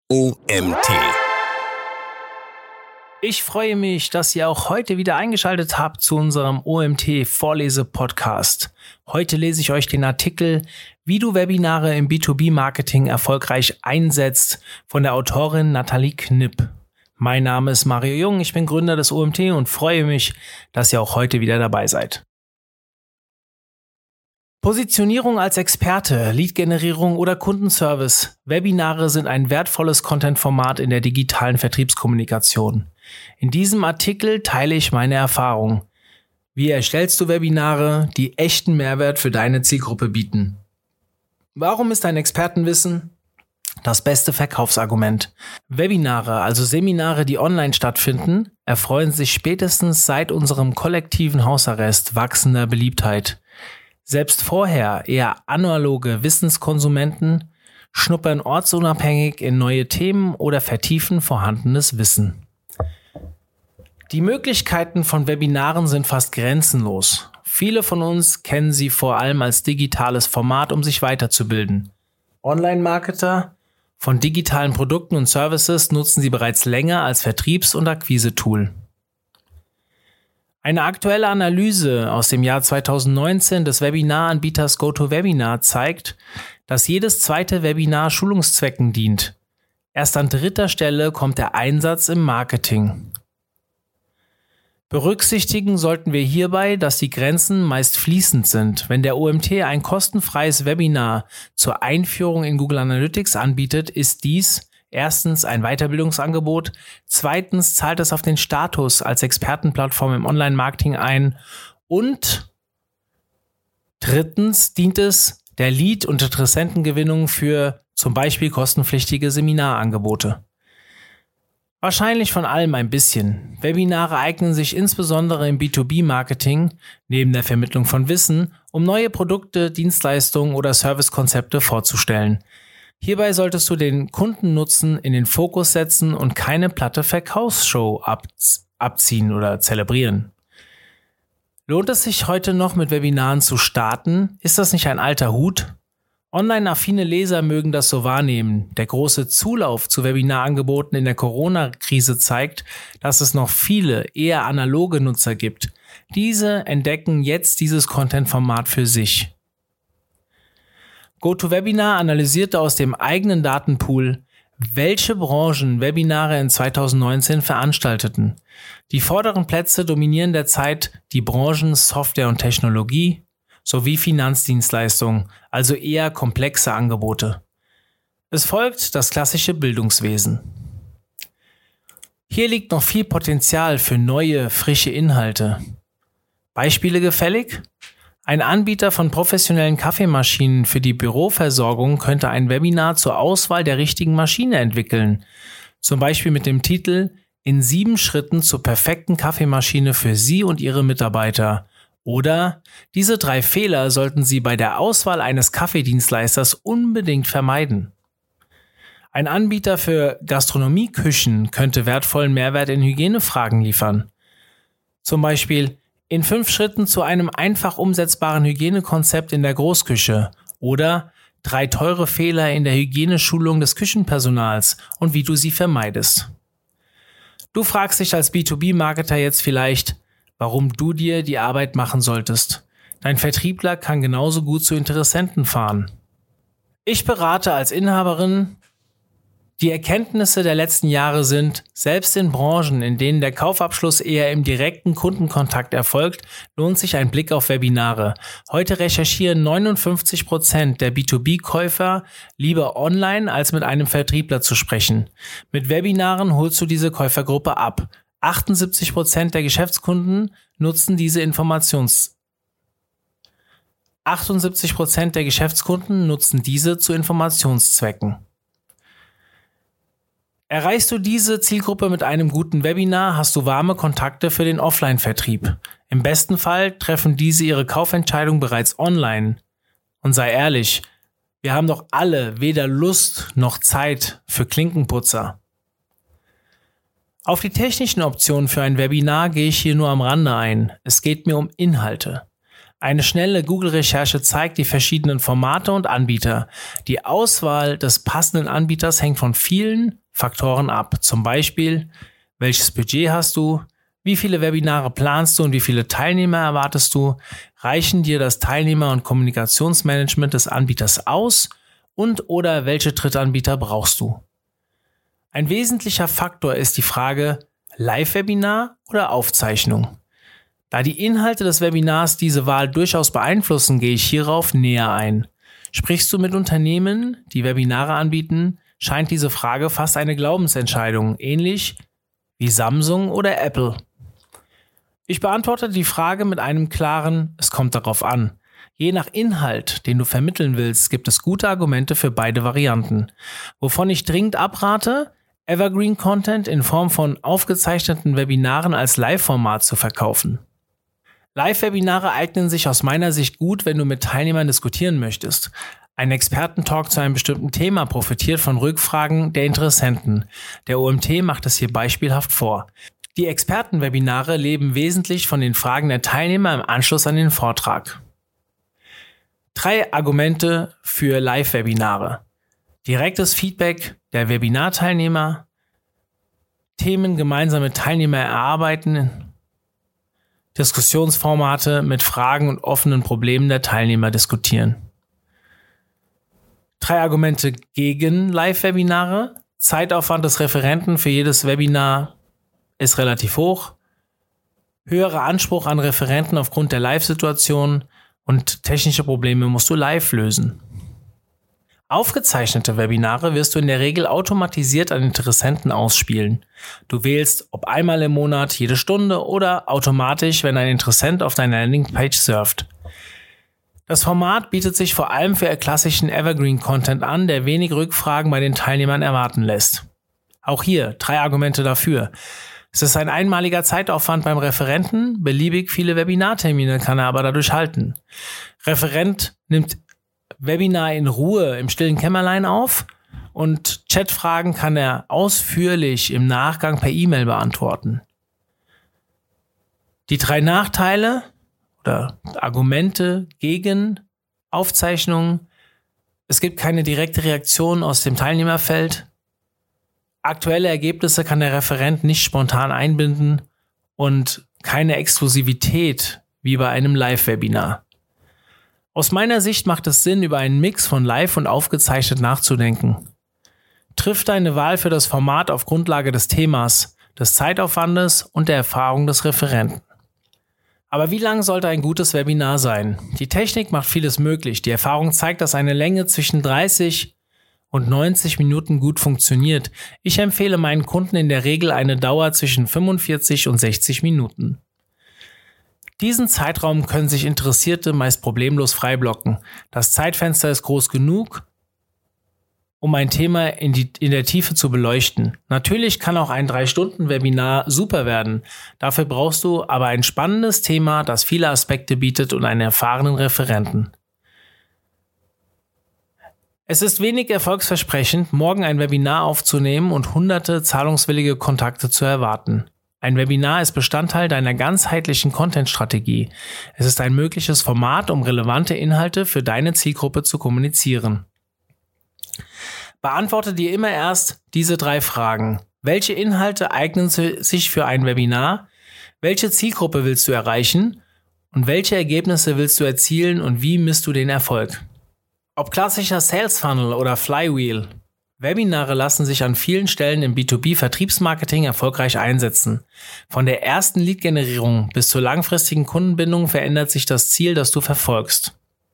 OMT. Ich freue mich, dass ihr auch heute wieder eingeschaltet habt zu unserem OMT-Vorlese-Podcast. Heute lese ich euch den Artikel "Wie du Webinare im B2B-Marketing erfolgreich einsetzt" von der Autorin Nathalie Knipp. Mein Name ist Mario Jung, ich bin Gründer des OMT und freue mich, dass ihr auch heute wieder dabei seid. Positionierung als Experte, Lead-Generierung oder Kundenservice. Webinare sind ein wertvolles Content-Format in der digitalen Vertriebskommunikation. In diesem Artikel teile ich meine Erfahrung. Wie erstellst du Webinare, die echten Mehrwert für deine Zielgruppe bieten? Warum ist dein Expertenwissen das beste Verkaufsargument? Webinare, also Seminare, die online stattfinden, erfreuen sich spätestens seit unserem kollektiven Hausarrest wachsender Beliebtheit. Selbst vorher eher analoge Wissenskonsumenten schnuppern ortsunabhängig in neue Themen oder vertiefen vorhandenes Wissen. Die Möglichkeiten von Webinaren sind fast grenzenlos. Viele von uns kennen sie vor allem als digitales Format, um sich weiterzubilden. Online-Marketer von digitalen Produkten und Services nutzen sie bereits länger als Vertriebs- und Akquise-Tool. Eine aktuelle Analyse aus dem Jahr 2019 des Webinaranbieters GoToWebinar zeigt, dass jedes zweite Webinar Schulungszwecken dient. Erst an dritter Stelle kommt der Einsatz im Marketing. Berücksichtigen sollten wir hierbei, dass die Grenzen meist fließend sind. Wenn der OMT ein kostenfreies Webinar zur Einführung in Google Analytics anbietet, ist dies erstens ein Weiterbildungsangebot, zweitens zahlt es auf den Status als Expertenplattform im Online-Marketing ein und drittens dient es der Lead- und Interessentengewinnung für zum Beispiel kostenpflichtige Seminarangebote. Wahrscheinlich von allem ein bisschen. Webinare eignen sich insbesondere im B2B-Marketing, neben der Vermittlung von Wissen, um neue Produkte, Dienstleistungen oder Servicekonzepte vorzustellen. Hierbei solltest du den Kundennutzen in den Fokus setzen und keine platte Verkaufsshow abziehen oder zelebrieren. Lohnt es sich heute noch mit Webinaren zu starten? Ist das nicht ein alter Hut? Online-affine Leser mögen das so wahrnehmen. Der große Zulauf zu Webinarangeboten in der Corona-Krise zeigt, dass es noch viele eher analoge Nutzer gibt. Diese entdecken jetzt dieses Content-Format für sich. GoToWebinar analysierte aus dem eigenen Datenpool, welche Branchen Webinare in 2019 veranstalteten. Die vorderen Plätze dominieren derzeit die Branchen Software und Technologie sowie Finanzdienstleistungen, also eher komplexe Angebote. Es folgt das klassische Bildungswesen. Hier liegt noch viel Potenzial für neue, frische Inhalte. Beispiele gefällig? Ein Anbieter von professionellen Kaffeemaschinen für die Büroversorgung könnte ein Webinar zur Auswahl der richtigen Maschine entwickeln. Zum Beispiel mit dem Titel "In 7 Schritten zur perfekten Kaffeemaschine für Sie und Ihre Mitarbeiter" oder "Diese 3 Fehler sollten Sie bei der Auswahl eines Kaffeedienstleisters unbedingt vermeiden". Ein Anbieter für Gastronomieküchen könnte wertvollen Mehrwert in Hygienefragen liefern. Zum Beispiel "In 5 Schritten zu einem einfach umsetzbaren Hygienekonzept in der Großküche" oder "3 teure Fehler in der Hygieneschulung des Küchenpersonals und wie du sie vermeidest". Du fragst dich als B2B-Marketer jetzt vielleicht, warum du dir die Arbeit machen solltest. Dein Vertriebler kann genauso gut zu Interessenten fahren. Ich berate als Inhaberin. Die Erkenntnisse der letzten Jahre sind, selbst in Branchen, in denen der Kaufabschluss eher im direkten Kundenkontakt erfolgt, lohnt sich ein Blick auf Webinare. Heute recherchieren 59% der B2B-Käufer lieber online, als mit einem Vertriebler zu sprechen. Mit Webinaren holst du diese Käufergruppe ab. 78% der Geschäftskunden nutzen diese 78% der Geschäftskunden nutzen diese zu Informationszwecken. Erreichst du diese Zielgruppe mit einem guten Webinar, hast du warme Kontakte für den Offline-Vertrieb. Im besten Fall treffen diese ihre Kaufentscheidung bereits online. Und sei ehrlich, wir haben doch alle weder Lust noch Zeit für Klinkenputzer. Auf die technischen Optionen für ein Webinar gehe ich hier nur am Rande ein. Es geht mir um Inhalte. Eine schnelle Google-Recherche zeigt die verschiedenen Formate und Anbieter. Die Auswahl des passenden Anbieters hängt von vielen Faktoren ab. Zum Beispiel, welches Budget hast du? Wie viele Webinare planst du und wie viele Teilnehmer erwartest du? Reichen dir das Teilnehmer- und Kommunikationsmanagement des Anbieters aus? Und/oder welche Drittanbieter brauchst du? Ein wesentlicher Faktor ist die Frage Live-Webinar oder Aufzeichnung. Da die Inhalte des Webinars diese Wahl durchaus beeinflussen, gehe ich hierauf näher ein. Sprichst du mit Unternehmen, die Webinare anbieten, scheint diese Frage fast eine Glaubensentscheidung, ähnlich wie Samsung oder Apple. Ich beantworte die Frage mit einem klaren, es kommt darauf an. Je nach Inhalt, den du vermitteln willst, gibt es gute Argumente für beide Varianten. Wovon ich dringend abrate, Evergreen Content in Form von aufgezeichneten Webinaren als Live-Format zu verkaufen. Live-Webinare eignen sich aus meiner Sicht gut, wenn du mit Teilnehmern diskutieren möchtest. Ein Expertentalk zu einem bestimmten Thema profitiert von Rückfragen der Interessenten. Der OMT macht es hier beispielhaft vor. Die Expertenwebinare leben wesentlich von den Fragen der Teilnehmer im Anschluss an den Vortrag. 3 Argumente für Live-Webinare. Direktes Feedback der Webinarteilnehmer, Themen gemeinsam mit Teilnehmern erarbeiten, Diskussionsformate mit Fragen und offenen Problemen der Teilnehmer diskutieren. 3 Argumente gegen Live-Webinare. Zeitaufwand des Referenten für jedes Webinar ist relativ hoch. Höherer Anspruch an Referenten aufgrund der Live-Situation und technische Probleme musst du live lösen. Aufgezeichnete Webinare wirst du in der Regel automatisiert an Interessenten ausspielen. Du wählst, ob einmal im Monat, jede Stunde oder automatisch, wenn ein Interessent auf deiner Landingpage surft. Das Format bietet sich vor allem für klassischen Evergreen-Content an, der wenig Rückfragen bei den Teilnehmern erwarten lässt. Auch hier 3 Argumente dafür. Es ist ein einmaliger Zeitaufwand beim Referenten, beliebig viele Webinartermine kann er aber dadurch halten. Referent nimmt Webinar in Ruhe im stillen Kämmerlein auf und Chatfragen kann er ausführlich im Nachgang per E-Mail beantworten. Die 3 Nachteile oder Argumente gegen Aufzeichnungen. Es gibt keine direkte Reaktion aus dem Teilnehmerfeld. Aktuelle Ergebnisse kann der Referent nicht spontan einbinden und keine Exklusivität wie bei einem Live-Webinar. Aus meiner Sicht macht es Sinn, über einen Mix von live und aufgezeichnet nachzudenken. Triff deine Wahl für das Format auf Grundlage des Themas, des Zeitaufwandes und der Erfahrung des Referenten. Aber wie lang sollte ein gutes Webinar sein? Die Technik macht vieles möglich. Die Erfahrung zeigt, dass eine Länge zwischen 30 und 90 Minuten gut funktioniert. Ich empfehle meinen Kunden in der Regel eine Dauer zwischen 45 und 60 Minuten. Diesen Zeitraum können sich Interessierte meist problemlos freiblocken. Das Zeitfenster ist groß genug, um ein Thema in der Tiefe zu beleuchten. Natürlich kann auch ein 3-Stunden-Webinar super werden. Dafür brauchst du aber ein spannendes Thema, das viele Aspekte bietet und einen erfahrenen Referenten. Es ist wenig erfolgsversprechend, morgen ein Webinar aufzunehmen und hunderte zahlungswillige Kontakte zu erwarten. Ein Webinar ist Bestandteil deiner ganzheitlichen Content-Strategie. Es ist ein mögliches Format, um relevante Inhalte für deine Zielgruppe zu kommunizieren. Beantworte dir immer erst diese 3 Fragen. Welche Inhalte eignen sich für ein Webinar? Welche Zielgruppe willst du erreichen? Und welche Ergebnisse willst du erzielen und wie misst du den Erfolg? Ob klassischer Sales Funnel oder Flywheel, Webinare lassen sich an vielen Stellen im B2B-Vertriebsmarketing erfolgreich einsetzen. Von der ersten Lead-Generierung bis zur langfristigen Kundenbindung verändert sich das Ziel, das du verfolgst.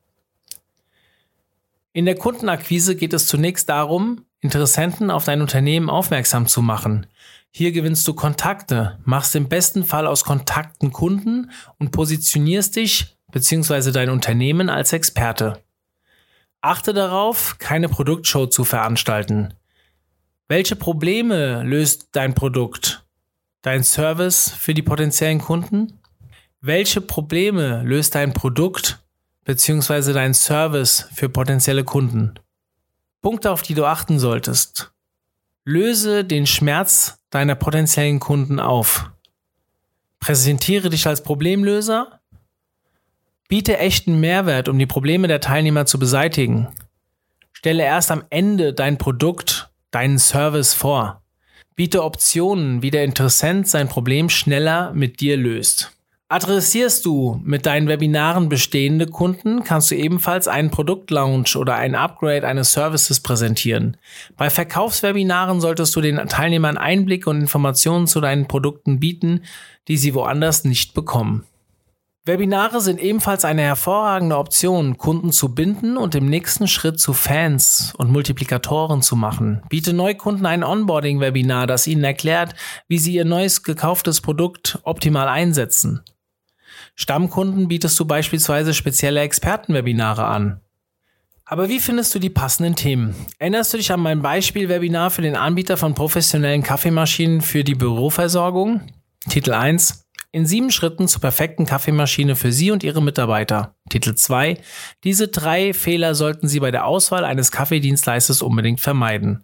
In der Kundenakquise geht es zunächst darum, Interessenten auf dein Unternehmen aufmerksam zu machen. Hier gewinnst du Kontakte, machst im besten Fall aus Kontakten Kunden und positionierst dich bzw. dein Unternehmen als Experte. Achte darauf, keine Produktshow zu veranstalten. Welche Probleme löst dein Produkt, dein Service für die potenziellen Kunden? Welche Probleme löst dein Produkt bzw. dein Service für potenzielle Kunden? Punkte, auf die du achten solltest. Löse den Schmerz deiner potenziellen Kunden auf. Präsentiere dich als Problemlöser Biete echten Mehrwert, um die Probleme der Teilnehmer zu beseitigen. Stelle erst am Ende dein Produkt, deinen Service vor. Biete Optionen, wie der Interessent sein Problem schneller mit dir löst. Adressierst du mit deinen Webinaren bestehende Kunden, kannst du ebenfalls einen Produktlaunch oder ein Upgrade eines Services präsentieren. Bei Verkaufswebinaren solltest du den Teilnehmern Einblicke und Informationen zu deinen Produkten bieten, die sie woanders nicht bekommen. Webinare sind ebenfalls eine hervorragende Option, Kunden zu binden und im nächsten Schritt zu Fans und Multiplikatoren zu machen. Biete Neukunden ein Onboarding-Webinar, das ihnen erklärt, wie sie ihr neues gekauftes Produkt optimal einsetzen. Stammkunden bietest du beispielsweise spezielle Expertenwebinare an. Aber wie findest du die passenden Themen? Erinnerst du dich an mein Beispiel-Webinar für den Anbieter von professionellen Kaffeemaschinen für die Büroversorgung? Titel 1: In 7 Schritten zur perfekten Kaffeemaschine für Sie und Ihre Mitarbeiter. Titel 2: Diese 3 Fehler sollten Sie bei der Auswahl eines Kaffeedienstleisters unbedingt vermeiden.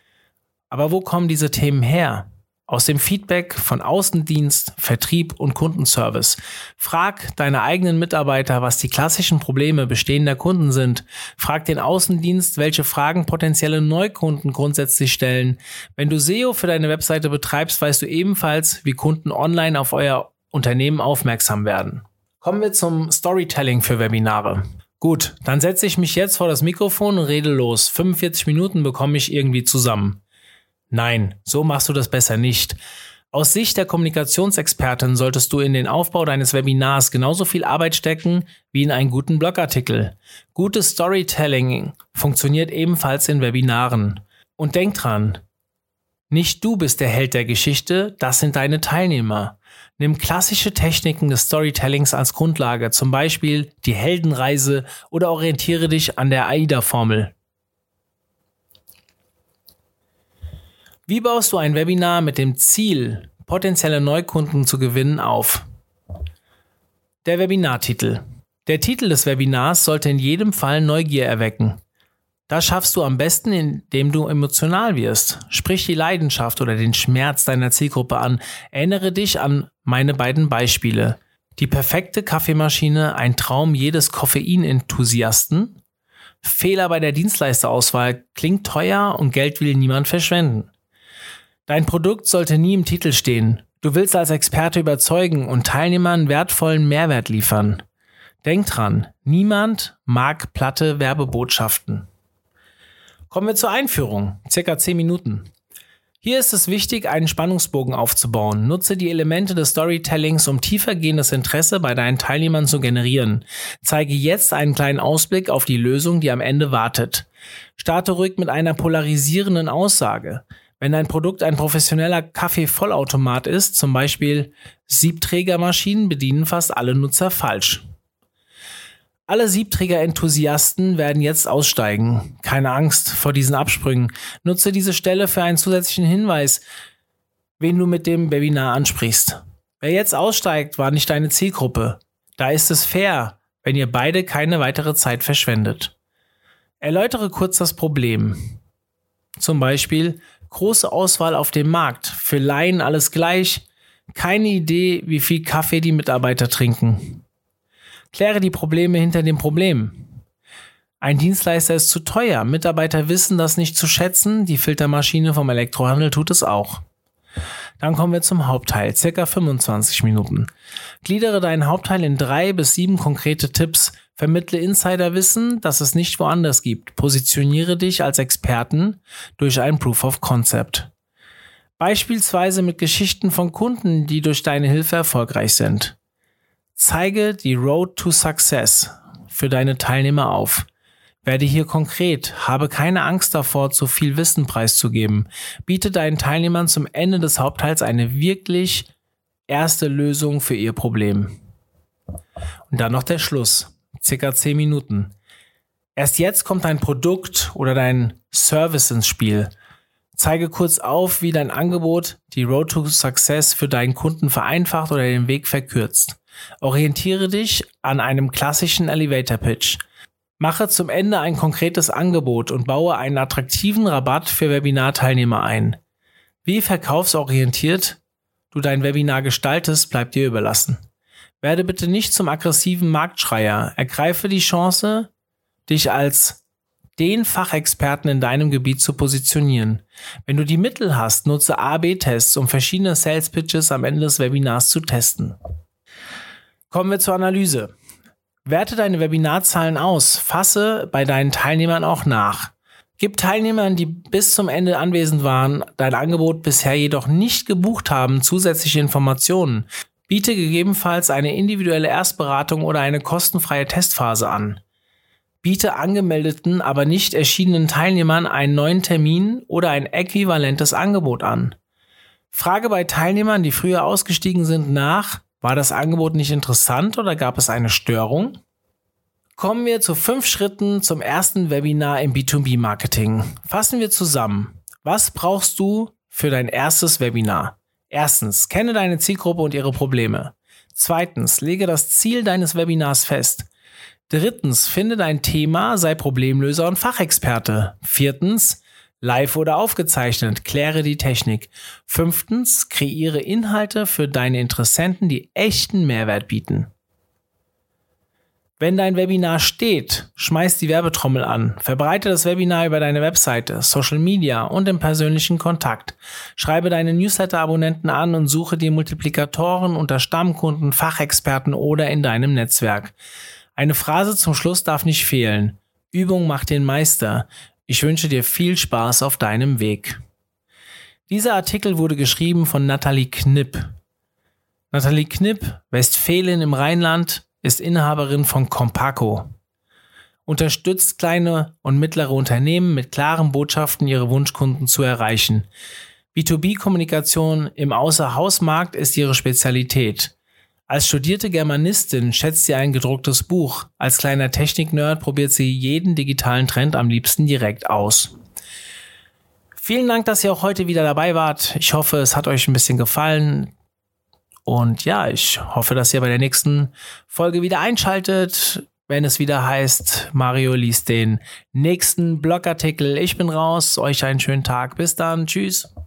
Aber wo kommen diese Themen her? Aus dem Feedback von Außendienst, Vertrieb und Kundenservice. Frag deine eigenen Mitarbeiter, was die klassischen Probleme bestehender Kunden sind. Frag den Außendienst, welche Fragen potenzielle Neukunden grundsätzlich stellen. Wenn du SEO für deine Webseite betreibst, weißt du ebenfalls, wie Kunden online auf euer Unternehmen aufmerksam werden. Kommen wir zum Storytelling für Webinare. Gut, dann setze ich mich jetzt vor das Mikrofon und rede los. 45 Minuten bekomme ich irgendwie zusammen. Nein, so machst du das besser nicht. Aus Sicht der Kommunikationsexpertin solltest du in den Aufbau deines Webinars genauso viel Arbeit stecken wie in einen guten Blogartikel. Gutes Storytelling funktioniert ebenfalls in Webinaren. Und denk dran, nicht du bist der Held der Geschichte, das sind deine Teilnehmer. Nimm klassische Techniken des Storytellings als Grundlage, zum Beispiel die Heldenreise, oder orientiere dich an der AIDA-Formel. Wie baust du ein Webinar mit dem Ziel, potenzielle Neukunden zu gewinnen, auf? Der Webinartitel. Der Titel des Webinars sollte in jedem Fall Neugier erwecken. Das schaffst du am besten, indem du emotional wirst. Sprich die Leidenschaft oder den Schmerz deiner Zielgruppe an. Erinnere dich an meine beiden Beispiele. Die perfekte Kaffeemaschine, ein Traum jedes Koffein-Enthusiasten. Fehler bei der Dienstleisterauswahl, klingt teuer und Geld will niemand verschwenden. Dein Produkt sollte nie im Titel stehen. Du willst als Experte überzeugen und Teilnehmern wertvollen Mehrwert liefern. Denk dran, niemand mag platte Werbebotschaften. Kommen wir zur Einführung, circa 10 Minuten. Hier ist es wichtig, einen Spannungsbogen aufzubauen. Nutze die Elemente des Storytellings, um tiefergehendes Interesse bei deinen Teilnehmern zu generieren. Zeige jetzt einen kleinen Ausblick auf die Lösung, die am Ende wartet. Starte ruhig mit einer polarisierenden Aussage. Wenn dein Produkt ein professioneller Kaffeevollautomat ist, zum Beispiel Siebträgermaschinen bedienen fast alle Nutzer falsch. Alle Siebträger-Enthusiasten werden jetzt aussteigen. Keine Angst vor diesen Absprüngen. Nutze diese Stelle für einen zusätzlichen Hinweis, wen du mit dem Webinar ansprichst. Wer jetzt aussteigt, war nicht deine Zielgruppe. Da ist es fair, wenn ihr beide keine weitere Zeit verschwendet. Erläutere kurz das Problem. Zum Beispiel: große Auswahl auf dem Markt, für Laien alles gleich, keine Idee, wie viel Kaffee die Mitarbeiter trinken. Kläre die Probleme hinter dem Problem. Ein Dienstleister ist zu teuer, Mitarbeiter wissen das nicht zu schätzen, die Filtermaschine vom Elektrohandel tut es auch. Dann kommen wir zum Hauptteil, ca. 25 Minuten. Gliedere deinen Hauptteil in 3 bis 7 konkrete Tipps. Vermittle Insiderwissen, das es nicht woanders gibt. Positioniere dich als Experten durch ein Proof of Concept. Beispielsweise mit Geschichten von Kunden, die durch deine Hilfe erfolgreich sind. Zeige die Road to Success für deine Teilnehmer auf. Werde hier konkret, habe keine Angst davor, zu viel Wissen preiszugeben. Biete deinen Teilnehmern zum Ende des Hauptteils eine wirklich erste Lösung für ihr Problem. Und dann noch der Schluss, circa 10 Minuten. Erst jetzt kommt dein Produkt oder dein Service ins Spiel. Zeige kurz auf, wie dein Angebot die Road to Success für deinen Kunden vereinfacht oder den Weg verkürzt. Orientiere dich an einem klassischen Elevator Pitch. Mache zum Ende ein konkretes Angebot und baue einen attraktiven Rabatt für Webinarteilnehmer ein. Wie verkaufsorientiert du dein Webinar gestaltest, bleibt dir überlassen. Werde bitte nicht zum aggressiven Marktschreier. Ergreife die Chance, dich als den Fachexperten in deinem Gebiet zu positionieren. Wenn du die Mittel hast, nutze A/B-Tests, um verschiedene Sales Pitches am Ende des Webinars zu testen. Kommen wir zur Analyse. Werte deine Webinarzahlen aus, fasse bei deinen Teilnehmern auch nach. Gib Teilnehmern, die bis zum Ende anwesend waren, dein Angebot bisher jedoch nicht gebucht haben, zusätzliche Informationen. Biete gegebenenfalls eine individuelle Erstberatung oder eine kostenfreie Testphase an. Biete angemeldeten, aber nicht erschienenen Teilnehmern einen neuen Termin oder ein äquivalentes Angebot an. Frage bei Teilnehmern, die früher ausgestiegen sind, nach: War das Angebot nicht interessant oder gab es eine Störung? Kommen wir zu 5 Schritten zum ersten Webinar im B2B-Marketing. Fassen wir zusammen. Was brauchst du für dein erstes Webinar? Erstens, kenne deine Zielgruppe und ihre Probleme. Zweitens, lege das Ziel deines Webinars fest. Drittens, finde dein Thema, sei Problemlöser und Fachexperte. Viertens, live oder aufgezeichnet, kläre die Technik. Fünftens, kreiere Inhalte für deine Interessenten, die echten Mehrwert bieten. Wenn dein Webinar steht, schmeiß die Werbetrommel an, verbreite das Webinar über deine Webseite, Social Media und im persönlichen Kontakt. Schreibe deine Newsletter-Abonnenten an und suche dir Multiplikatoren unter Stammkunden, Fachexperten oder in deinem Netzwerk. Eine Phrase zum Schluss darf nicht fehlen. Übung macht den Meister. Ich wünsche dir viel Spaß auf deinem Weg. Dieser Artikel wurde geschrieben von Nathalie Knipp. Nathalie Knipp, Westfälin im Rheinland, ist Inhaberin von Compaco. Unterstützt kleine und mittlere Unternehmen mit klaren Botschaften, ihre Wunschkunden zu erreichen. B2B-Kommunikation im Außerhausmarkt ist ihre Spezialität. Als studierte Germanistin schätzt sie ein gedrucktes Buch. Als kleiner Technik-Nerd probiert sie jeden digitalen Trend am liebsten direkt aus. Vielen Dank, dass ihr auch heute wieder dabei wart. Ich hoffe, es hat euch ein bisschen gefallen. Und ja, ich hoffe, dass ihr bei der nächsten Folge wieder einschaltet, wenn es wieder heißt, Mario liest den nächsten Blogartikel. Ich bin raus, euch einen schönen Tag. Bis dann, tschüss.